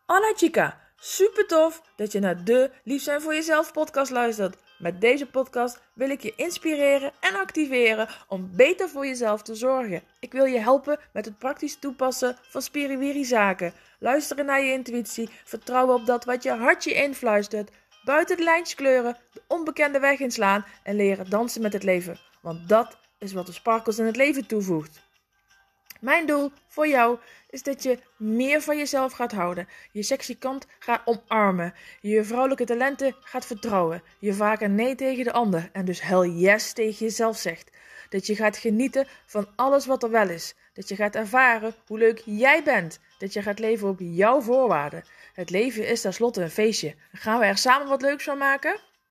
Hola chica, super tof dat je naar de Lief zijn voor jezelf podcast luistert. Met deze podcast wil ik je inspireren en activeren om beter voor jezelf te zorgen. Ik wil je helpen met het praktisch toepassen van spiriwiri zaken. Luisteren naar je intuïtie, vertrouwen op dat wat je hartje influistert. Buiten de lijntjes kleuren, de onbekende weg inslaan en leren dansen met het leven. Want dat is wat de sparkles in het leven toevoegt. Mijn doel voor jou is dat je meer van jezelf gaat houden. Je sexy kant gaat omarmen. Je vrouwelijke talenten gaat vertrouwen. Je vaker nee tegen de ander en dus hell yes tegen jezelf zegt. Dat je gaat genieten van alles wat er wel is. Dat je gaat ervaren hoe leuk jij bent. Dat je gaat leven op jouw voorwaarden. Het leven is tenslotte een feestje. Gaan we er samen wat leuks van maken?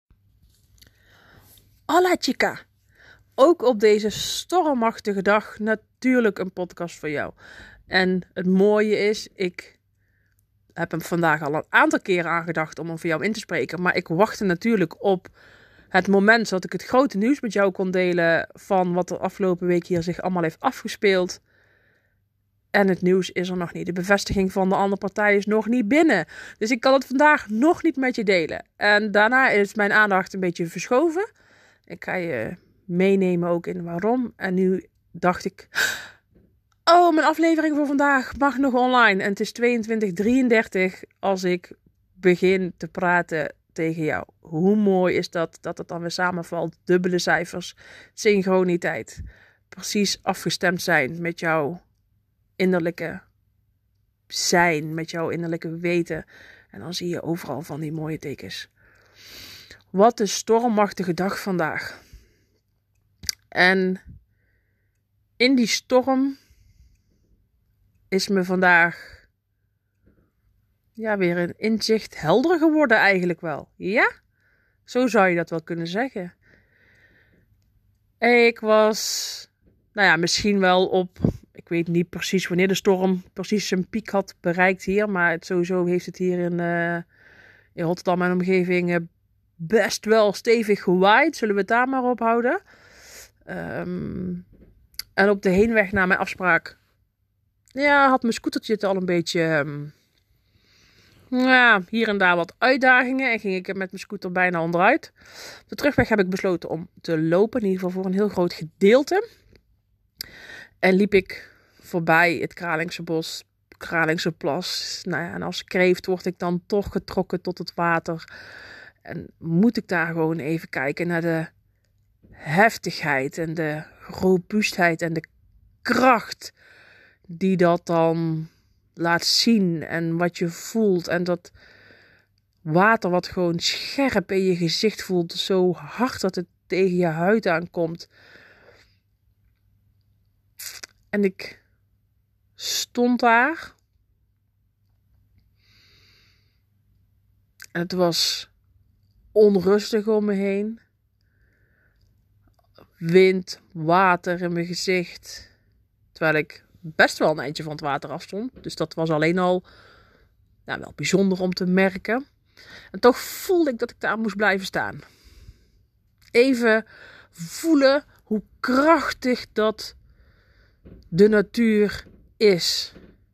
Hola chica. Ook op deze stormachtige dag natuurlijk een podcast voor jou. En het mooie is, ik heb hem vandaag al een aantal keren aangedacht om hem voor jou in te spreken. Maar ik wachtte natuurlijk op het moment dat ik het grote nieuws met jou kon delen van wat er afgelopen week hier zich allemaal heeft afgespeeld. En het nieuws is er nog niet. De bevestiging van de andere partij is nog niet binnen. Dus ik kan het vandaag nog niet met je delen. En daarna is mijn aandacht een beetje verschoven. Ik ga je meenemen ook in waarom. En nu dacht ik, oh, mijn aflevering voor vandaag mag nog online. En het is 22:33 als ik begin te praten tegen jou. Hoe mooi is dat het dan weer samenvalt. Dubbele cijfers, synchroniteit. Precies afgestemd zijn met jouw innerlijke zijn, met jouw innerlijke weten. En dan zie je overal van die mooie tekens. Wat een stormachtige dag vandaag. En in die storm is me vandaag weer een inzicht helder geworden eigenlijk wel. Ja, zo zou je dat wel kunnen zeggen. Ik was, misschien wel op, ik weet niet precies wanneer de storm precies zijn piek had bereikt hier. Maar sowieso heeft het hier in Rotterdam en omgeving best wel stevig gewaaid. Zullen we het daar maar op houden. En op de heenweg naar mijn afspraak had mijn scootertje het al een beetje hier en daar wat uitdagingen. En ging ik met mijn scooter bijna onderuit. Op de terugweg heb ik besloten om te lopen. In ieder geval voor een heel groot gedeelte. En liep ik voorbij het Kralingse bos, Kralingse plas. En als kreeft word ik dan toch getrokken tot het water. En moet ik daar gewoon even kijken naar de heftigheid en de robuustheid en de kracht die dat dan laat zien en wat je voelt. En dat water wat gewoon scherp in je gezicht voelt, zo hard dat het tegen je huid aankomt. En ik stond daar. En het was onrustig om me heen. Wind, water in mijn gezicht. Terwijl ik best wel een eindje van het water afstond. Dus dat was alleen al wel bijzonder om te merken. En toch voelde ik dat ik daar moest blijven staan. Even voelen hoe krachtig dat de natuur is.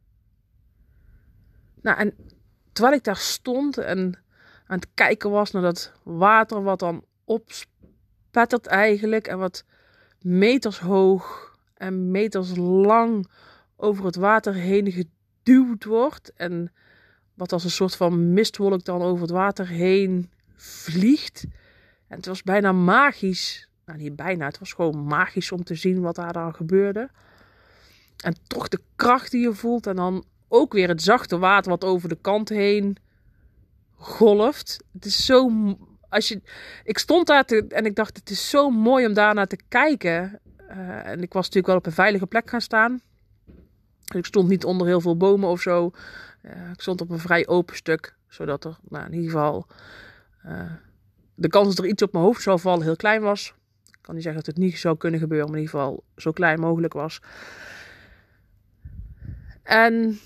En terwijl ik daar stond en aan het kijken was naar dat water wat dan opspettert eigenlijk. En wat meters hoog en meters lang over het water heen geduwd wordt. En wat als een soort van mistwolk dan over het water heen vliegt. En het was bijna magisch. Niet bijna, het was gewoon magisch om te zien wat daar dan gebeurde. En toch de kracht die je voelt. En dan ook weer het zachte water wat over de kant heen golft. Het is zo. Ik stond daar en ik dacht, het is zo mooi om daarnaar te kijken. En ik was natuurlijk wel op een veilige plek gaan staan. Ik stond niet onder heel veel bomen of zo. Ik stond op een vrij open stuk. Zodat er in ieder geval de kans dat er iets op mijn hoofd zou vallen heel klein was. Ik kan niet zeggen dat het niet zou kunnen gebeuren. Maar in ieder geval zo klein mogelijk was. En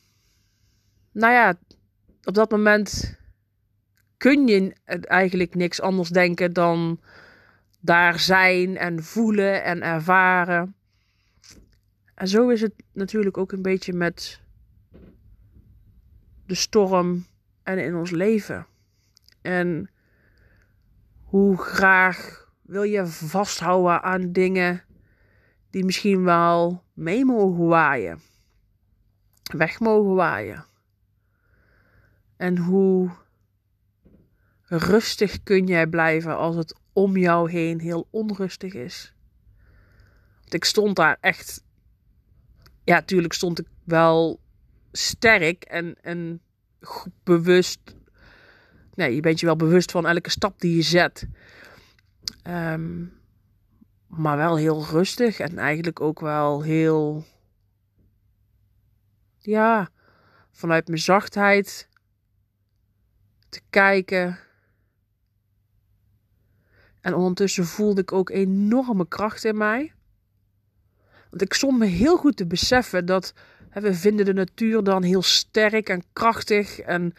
op dat moment kun je eigenlijk niks anders denken dan daar zijn en voelen en ervaren. En zo is het natuurlijk ook een beetje met de storm en in ons leven. En hoe graag wil je vasthouden aan dingen die misschien wel mee mogen waaien. Weg mogen waaien. En hoe rustig kun jij blijven als het om jou heen heel onrustig is. Want ik stond daar echt... Ja, tuurlijk stond ik wel sterk en bewust. Nee, je bent je wel bewust van elke stap die je zet. Maar wel heel rustig en eigenlijk ook wel heel... Ja, vanuit mijn zachtheid te kijken. En ondertussen voelde ik ook enorme kracht in mij. Want ik stond me heel goed te beseffen dat... we vinden de natuur dan heel sterk en krachtig. En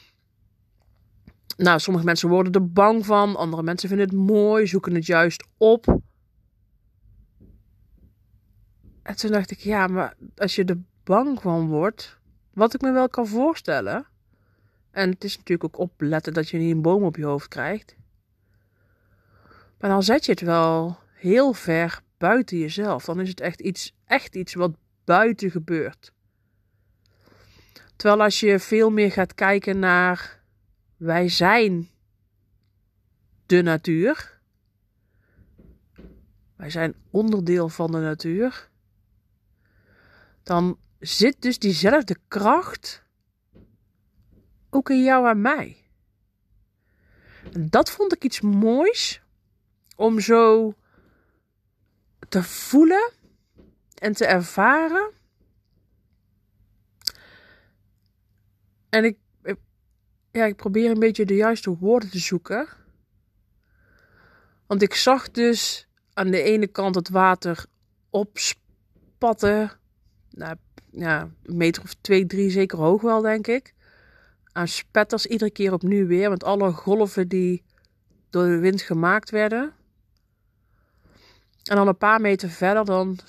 nou, sommige mensen worden er bang van. Andere mensen vinden het mooi, zoeken het juist op. En toen dacht ik, ja, maar als je er bang van wordt... Wat ik me wel kan voorstellen... En het is natuurlijk ook opletten dat je niet een boom op je hoofd krijgt. Maar dan zet je het wel heel ver buiten jezelf. Dan is het echt iets wat buiten gebeurt. Terwijl als je veel meer gaat kijken naar... Wij zijn de natuur. Wij zijn onderdeel van de natuur. Dan zit dus diezelfde kracht... ook in jou en mij. En dat vond ik iets moois... om zo te voelen en te ervaren. En ik probeer een beetje de juiste woorden te zoeken. Want ik zag dus aan de ene kant het water opspatten. Nou, ja, een meter of 2, 3 zeker hoog wel, denk ik. Aan spetters iedere keer opnieuw weer. Want alle golven die door de wind gemaakt werden... En dan een paar meter verder, dan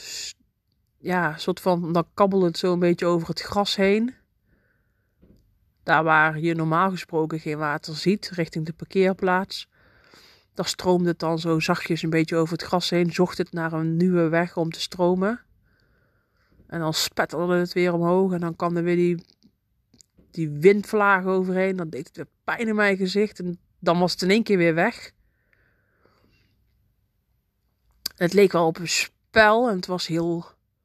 kabbelde het zo een beetje over het gras heen. Daar waar je normaal gesproken geen water ziet, richting de parkeerplaats. Daar stroomde het dan zo zachtjes een beetje over het gras heen. Zocht het naar een nieuwe weg om te stromen. En dan spetterde het weer omhoog. En dan kwam er weer die windvlaag overheen. Dan deed het weer pijn in mijn gezicht. En dan was het in één keer weer weg. Het leek wel op een spel en het was heel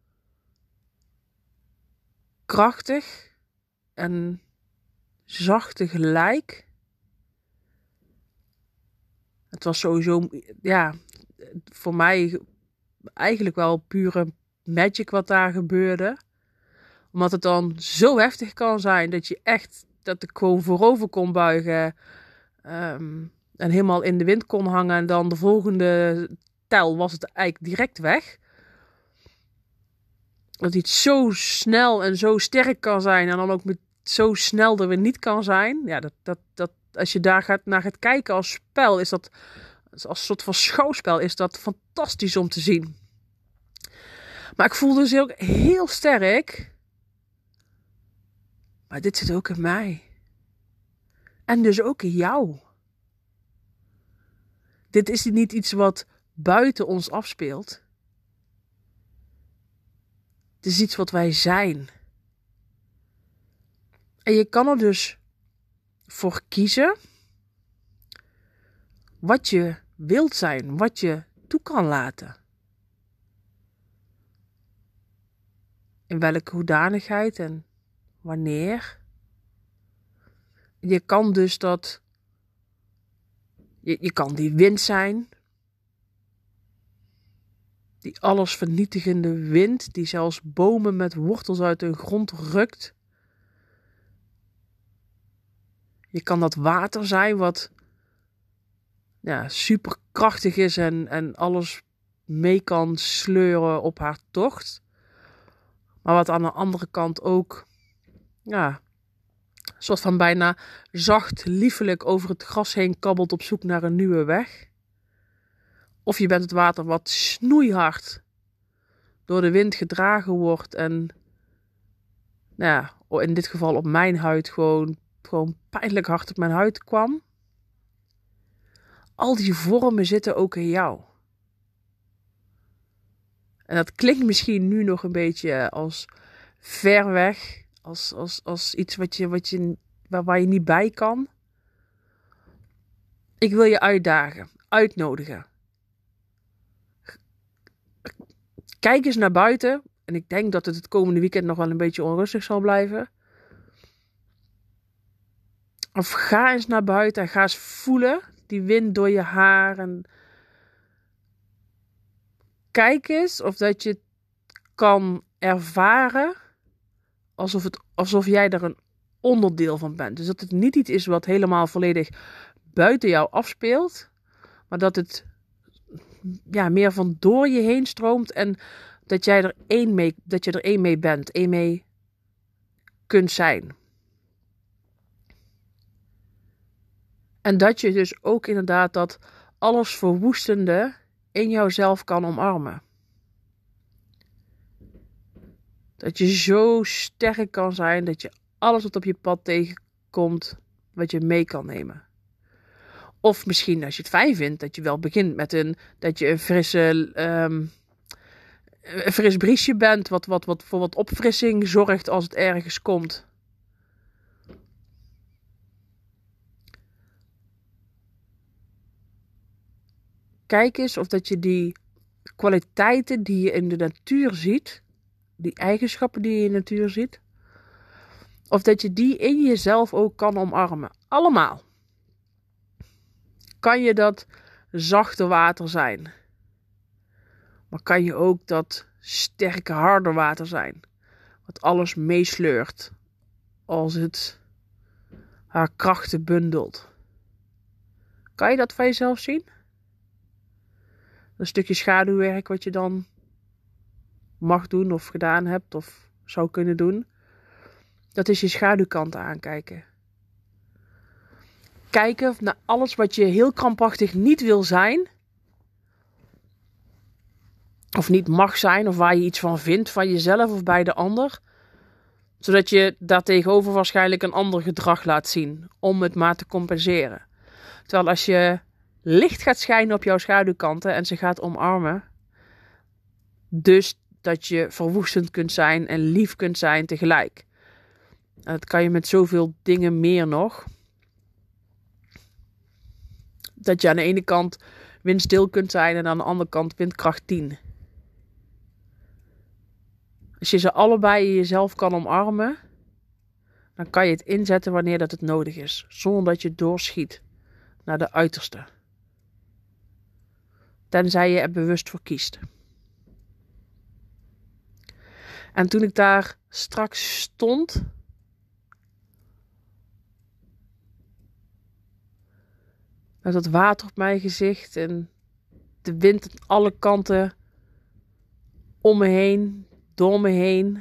krachtig en zacht tegelijk. Het was sowieso, voor mij eigenlijk wel pure magic wat daar gebeurde. Omdat het dan zo heftig kan zijn dat ik gewoon voorover kon buigen. En helemaal in de wind kon hangen en dan de volgende... was het eigenlijk direct weg. Dat iets zo snel en zo sterk kan zijn en dan ook zo snel er weer niet kan zijn. Ja, dat als je daar naar gaat kijken als spel, is dat als soort van schouwspel, is dat fantastisch om te zien. Maar ik voelde dus ook heel sterk. Maar dit zit ook in mij. En dus ook in jou. Dit is niet iets wat buiten ons afspeelt. Het is iets wat wij zijn. En je kan er dus voor kiezen wat je wilt zijn, wat je toe kan laten. In welke hoedanigheid en wanneer. Je kan dus je kan die wind zijn. Die alles vernietigende wind, die zelfs bomen met wortels uit de grond rukt. Je kan dat water zijn wat superkrachtig is en alles mee kan sleuren op haar tocht. Maar wat aan de andere kant ook een soort van bijna zacht, liefelijk over het gras heen kabbelt op zoek naar een nieuwe weg. Of je bent het water wat snoeihard door de wind gedragen wordt en in dit geval op mijn huid, gewoon pijnlijk hard op mijn huid kwam. Al die vormen zitten ook in jou. En dat klinkt misschien nu nog een beetje als ver weg. Als iets waar je niet bij kan. Ik wil je uitdagen. Uitnodigen. Kijk eens naar buiten. En ik denk dat het komende weekend nog wel een beetje onrustig zal blijven. Of ga eens naar buiten en ga eens voelen. Die wind door je haar. En kijk eens of dat je het kan ervaren alsof jij er een onderdeel van bent. Dus dat het niet iets is wat helemaal volledig buiten jou afspeelt. Maar dat het meer van door je heen stroomt. En dat jij er één mee bent. Één mee kunt zijn. En dat je dus ook inderdaad dat alles verwoestende in jouzelf kan omarmen. Dat je zo sterk kan zijn dat je alles wat op je pad tegenkomt, wat je mee kan nemen. Of misschien als je het fijn vindt, dat je wel begint met dat je een fris briesje bent, wat voor wat opfrissing zorgt als het ergens komt. Kijk eens of dat je die kwaliteiten die je in de natuur ziet, die eigenschappen die je in de natuur ziet, of dat je die in jezelf ook kan omarmen. Allemaal. Kan je dat zachte water zijn? Maar kan je ook dat sterke, harde water zijn? Wat alles meesleurt als het haar krachten bundelt. Kan je dat van jezelf zien? Een stukje schaduwwerk wat je dan mag doen of gedaan hebt of zou kunnen doen. Dat is je schaduwkant aankijken. Kijken naar alles wat je heel krampachtig niet wil zijn. Of niet mag zijn. Of waar je iets van vindt van jezelf of bij de ander. Zodat je daartegenover waarschijnlijk een ander gedrag laat zien. Om het maar te compenseren. Terwijl als je licht gaat schijnen op jouw schaduwkanten en ze gaat omarmen. Dus dat je verwoestend kunt zijn en lief kunt zijn tegelijk. En dat kan je met zoveel dingen meer nog. Dat je aan de ene kant windstil kunt zijn en aan de andere kant windkracht 10. Als je ze allebei in jezelf kan omarmen, dan kan je het inzetten wanneer dat het nodig is. Zonder dat je doorschiet naar de uiterste. Tenzij je er bewust voor kiest. En toen ik daar straks stond, met dat water op mijn gezicht en de wind aan alle kanten om me heen, door me heen,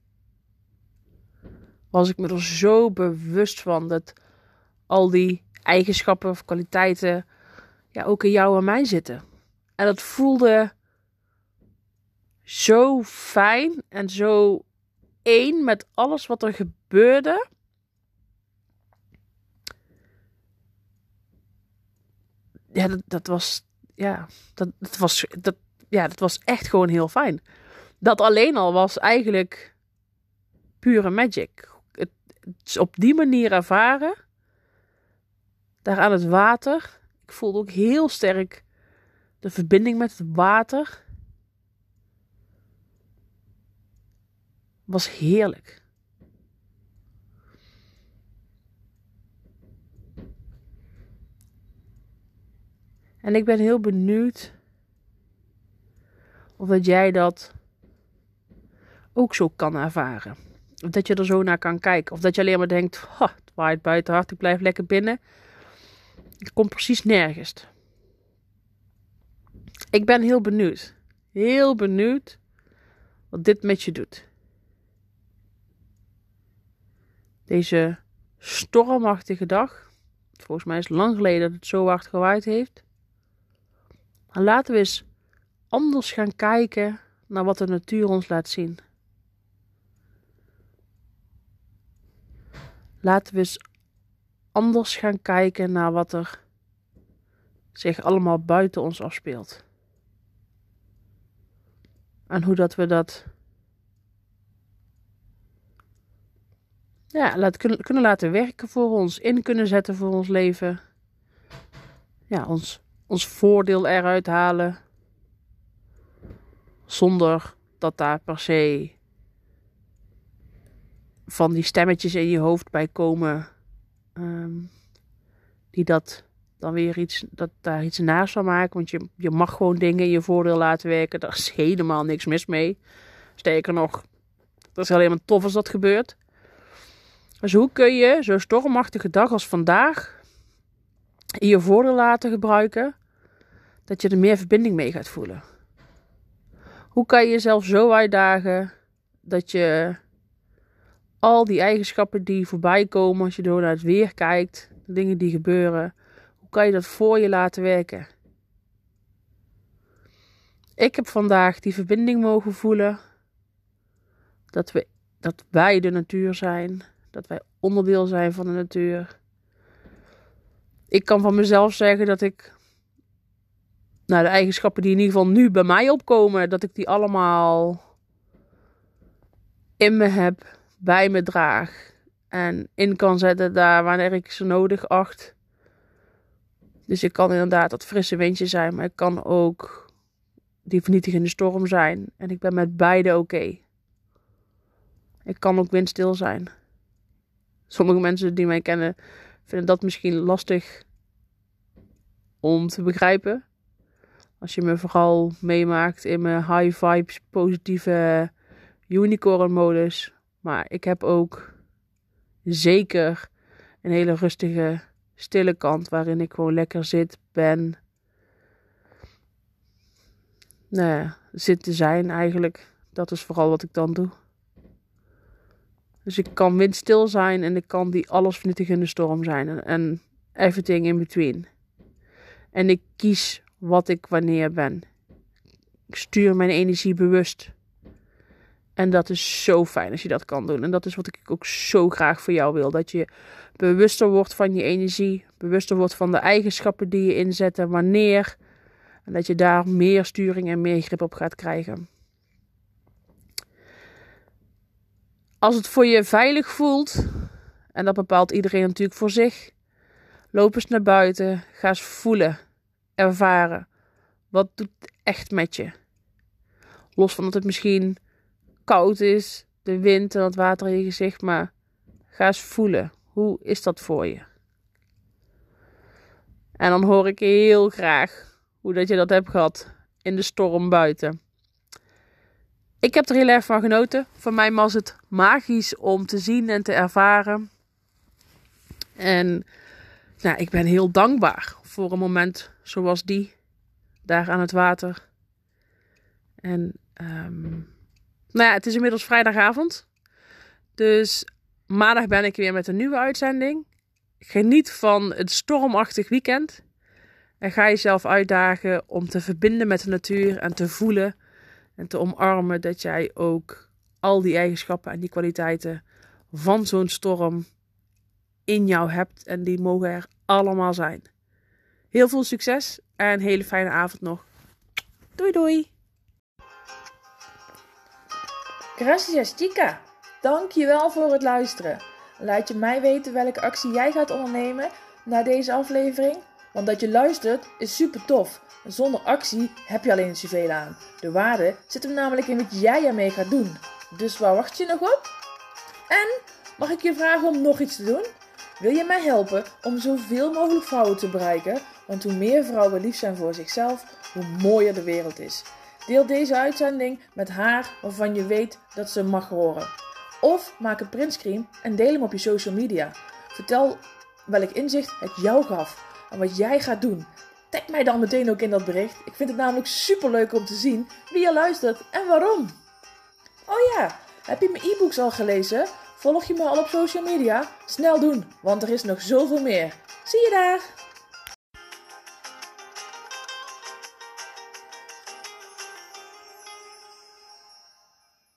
was ik me er zo bewust van dat al die eigenschappen of kwaliteiten ook in jou en mij zitten. En dat voelde zo fijn en zo één met alles wat er gebeurde. Ja, dat was echt gewoon heel fijn. Dat alleen al was eigenlijk pure magic. Het op die manier ervaren. Daar aan het water. Ik voelde ook heel sterk de verbinding met het water. Was heerlijk. En ik ben heel benieuwd of dat jij dat ook zo kan ervaren. Of dat je er zo naar kan kijken. Of dat je alleen maar denkt, het waait buiten hard, ik blijf lekker binnen. Ik kom precies nergens. Ik ben heel benieuwd. Heel benieuwd wat dit met je doet. Deze stormachtige dag. Volgens mij is het lang geleden dat het zo hard gewaaid heeft. En laten we eens anders gaan kijken naar wat de natuur ons laat zien. laten we eens anders gaan kijken naar wat er zich allemaal buiten ons afspeelt. En hoe dat we dat kunnen laten werken voor ons, in kunnen zetten voor ons leven. Ja, ons voordeel eruit halen. Zonder dat daar per se van die stemmetjes in je hoofd bij komen. Die dat dan weer daar iets naast van maken. Want je mag gewoon dingen in je voordeel laten werken. Daar is helemaal niks mis mee. Sterker nog, dat is alleen maar tof als dat gebeurt. Dus hoe kun je zo'n stormachtige dag als vandaag in je voordeel laten gebruiken, dat je er meer verbinding mee gaat voelen? Hoe kan je jezelf zo uitdagen dat je al die eigenschappen die voorbij komen als je door naar het weer kijkt, de dingen die gebeuren, hoe kan je dat voor je laten werken? Ik heb vandaag die verbinding mogen voelen, dat wij de natuur zijn, dat wij onderdeel zijn van de natuur. Ik kan van mezelf zeggen dat ik de eigenschappen die in ieder geval nu bij mij opkomen, dat ik die allemaal in me heb, bij me draag en in kan zetten daar wanneer ik ze nodig acht. Dus ik kan inderdaad dat frisse windje zijn, maar ik kan ook die vernietigende storm zijn. En ik ben met beide oké. Ik kan ook windstil zijn. Sommige mensen die mij kennen vinden dat misschien lastig om te begrijpen. Als je me vooral meemaakt in mijn high vibes, positieve unicorn modus. Maar ik heb ook zeker een hele rustige, stille kant waarin ik gewoon lekker ben. Zit te zijn eigenlijk. Dat is vooral wat ik dan doe. Dus ik kan windstil zijn en ik kan die allesvernietigende storm zijn. En everything in between. En ik kies wat ik wanneer ben. Ik stuur mijn energie bewust. En dat is zo fijn als je dat kan doen. En dat is wat ik ook zo graag voor jou wil. Dat je bewuster wordt van je energie. Bewuster wordt van de eigenschappen die je inzet en wanneer. En dat je daar meer sturing en meer grip op gaat krijgen. Als het voor je veilig voelt, en dat bepaalt iedereen natuurlijk voor zich, loop eens naar buiten, ga eens voelen, ervaren. Wat doet het echt met je? Los van dat het misschien koud is, de wind en het water in je gezicht, maar ga eens voelen. Hoe is dat voor je? En dan hoor ik heel graag hoe dat je dat hebt gehad in de storm buiten. Ik heb er heel erg van genoten. Voor mij was het magisch om te zien en te ervaren. En ik ben heel dankbaar voor een moment zoals die. Daar aan het water. En het is inmiddels vrijdagavond. Dus maandag ben ik weer met een nieuwe uitzending. Geniet van het stormachtig weekend. En ga jezelf uitdagen om te verbinden met de natuur en te voelen en te omarmen dat jij ook al die eigenschappen en die kwaliteiten van zo'n storm in jou hebt. En die mogen er allemaal zijn. Heel veel succes en een hele fijne avond nog. Doei doei! Gracias chica! Dankjewel voor het luisteren. Laat je mij weten welke actie jij gaat ondernemen na deze aflevering. Want dat je luistert is super tof. Zonder actie heb je alleen niet zoveel aan. De waarde zit hem namelijk in wat jij ermee gaat doen. Dus waar wacht je nog op? En mag ik je vragen om nog iets te doen? Wil je mij helpen om zoveel mogelijk vrouwen te bereiken? Want hoe meer vrouwen lief zijn voor zichzelf, hoe mooier de wereld is. Deel deze uitzending met haar waarvan je weet dat ze mag horen. Of maak een printscreen en deel hem op je social media. Vertel welk inzicht het jou gaf en wat jij gaat doen. Tag mij dan meteen ook in dat bericht. Ik vind het namelijk super leuk om te zien wie je luistert en waarom. Oh ja, heb je mijn e-books al gelezen? Volg je me al op social media? Snel doen, want er is nog zoveel meer. Zie je daar!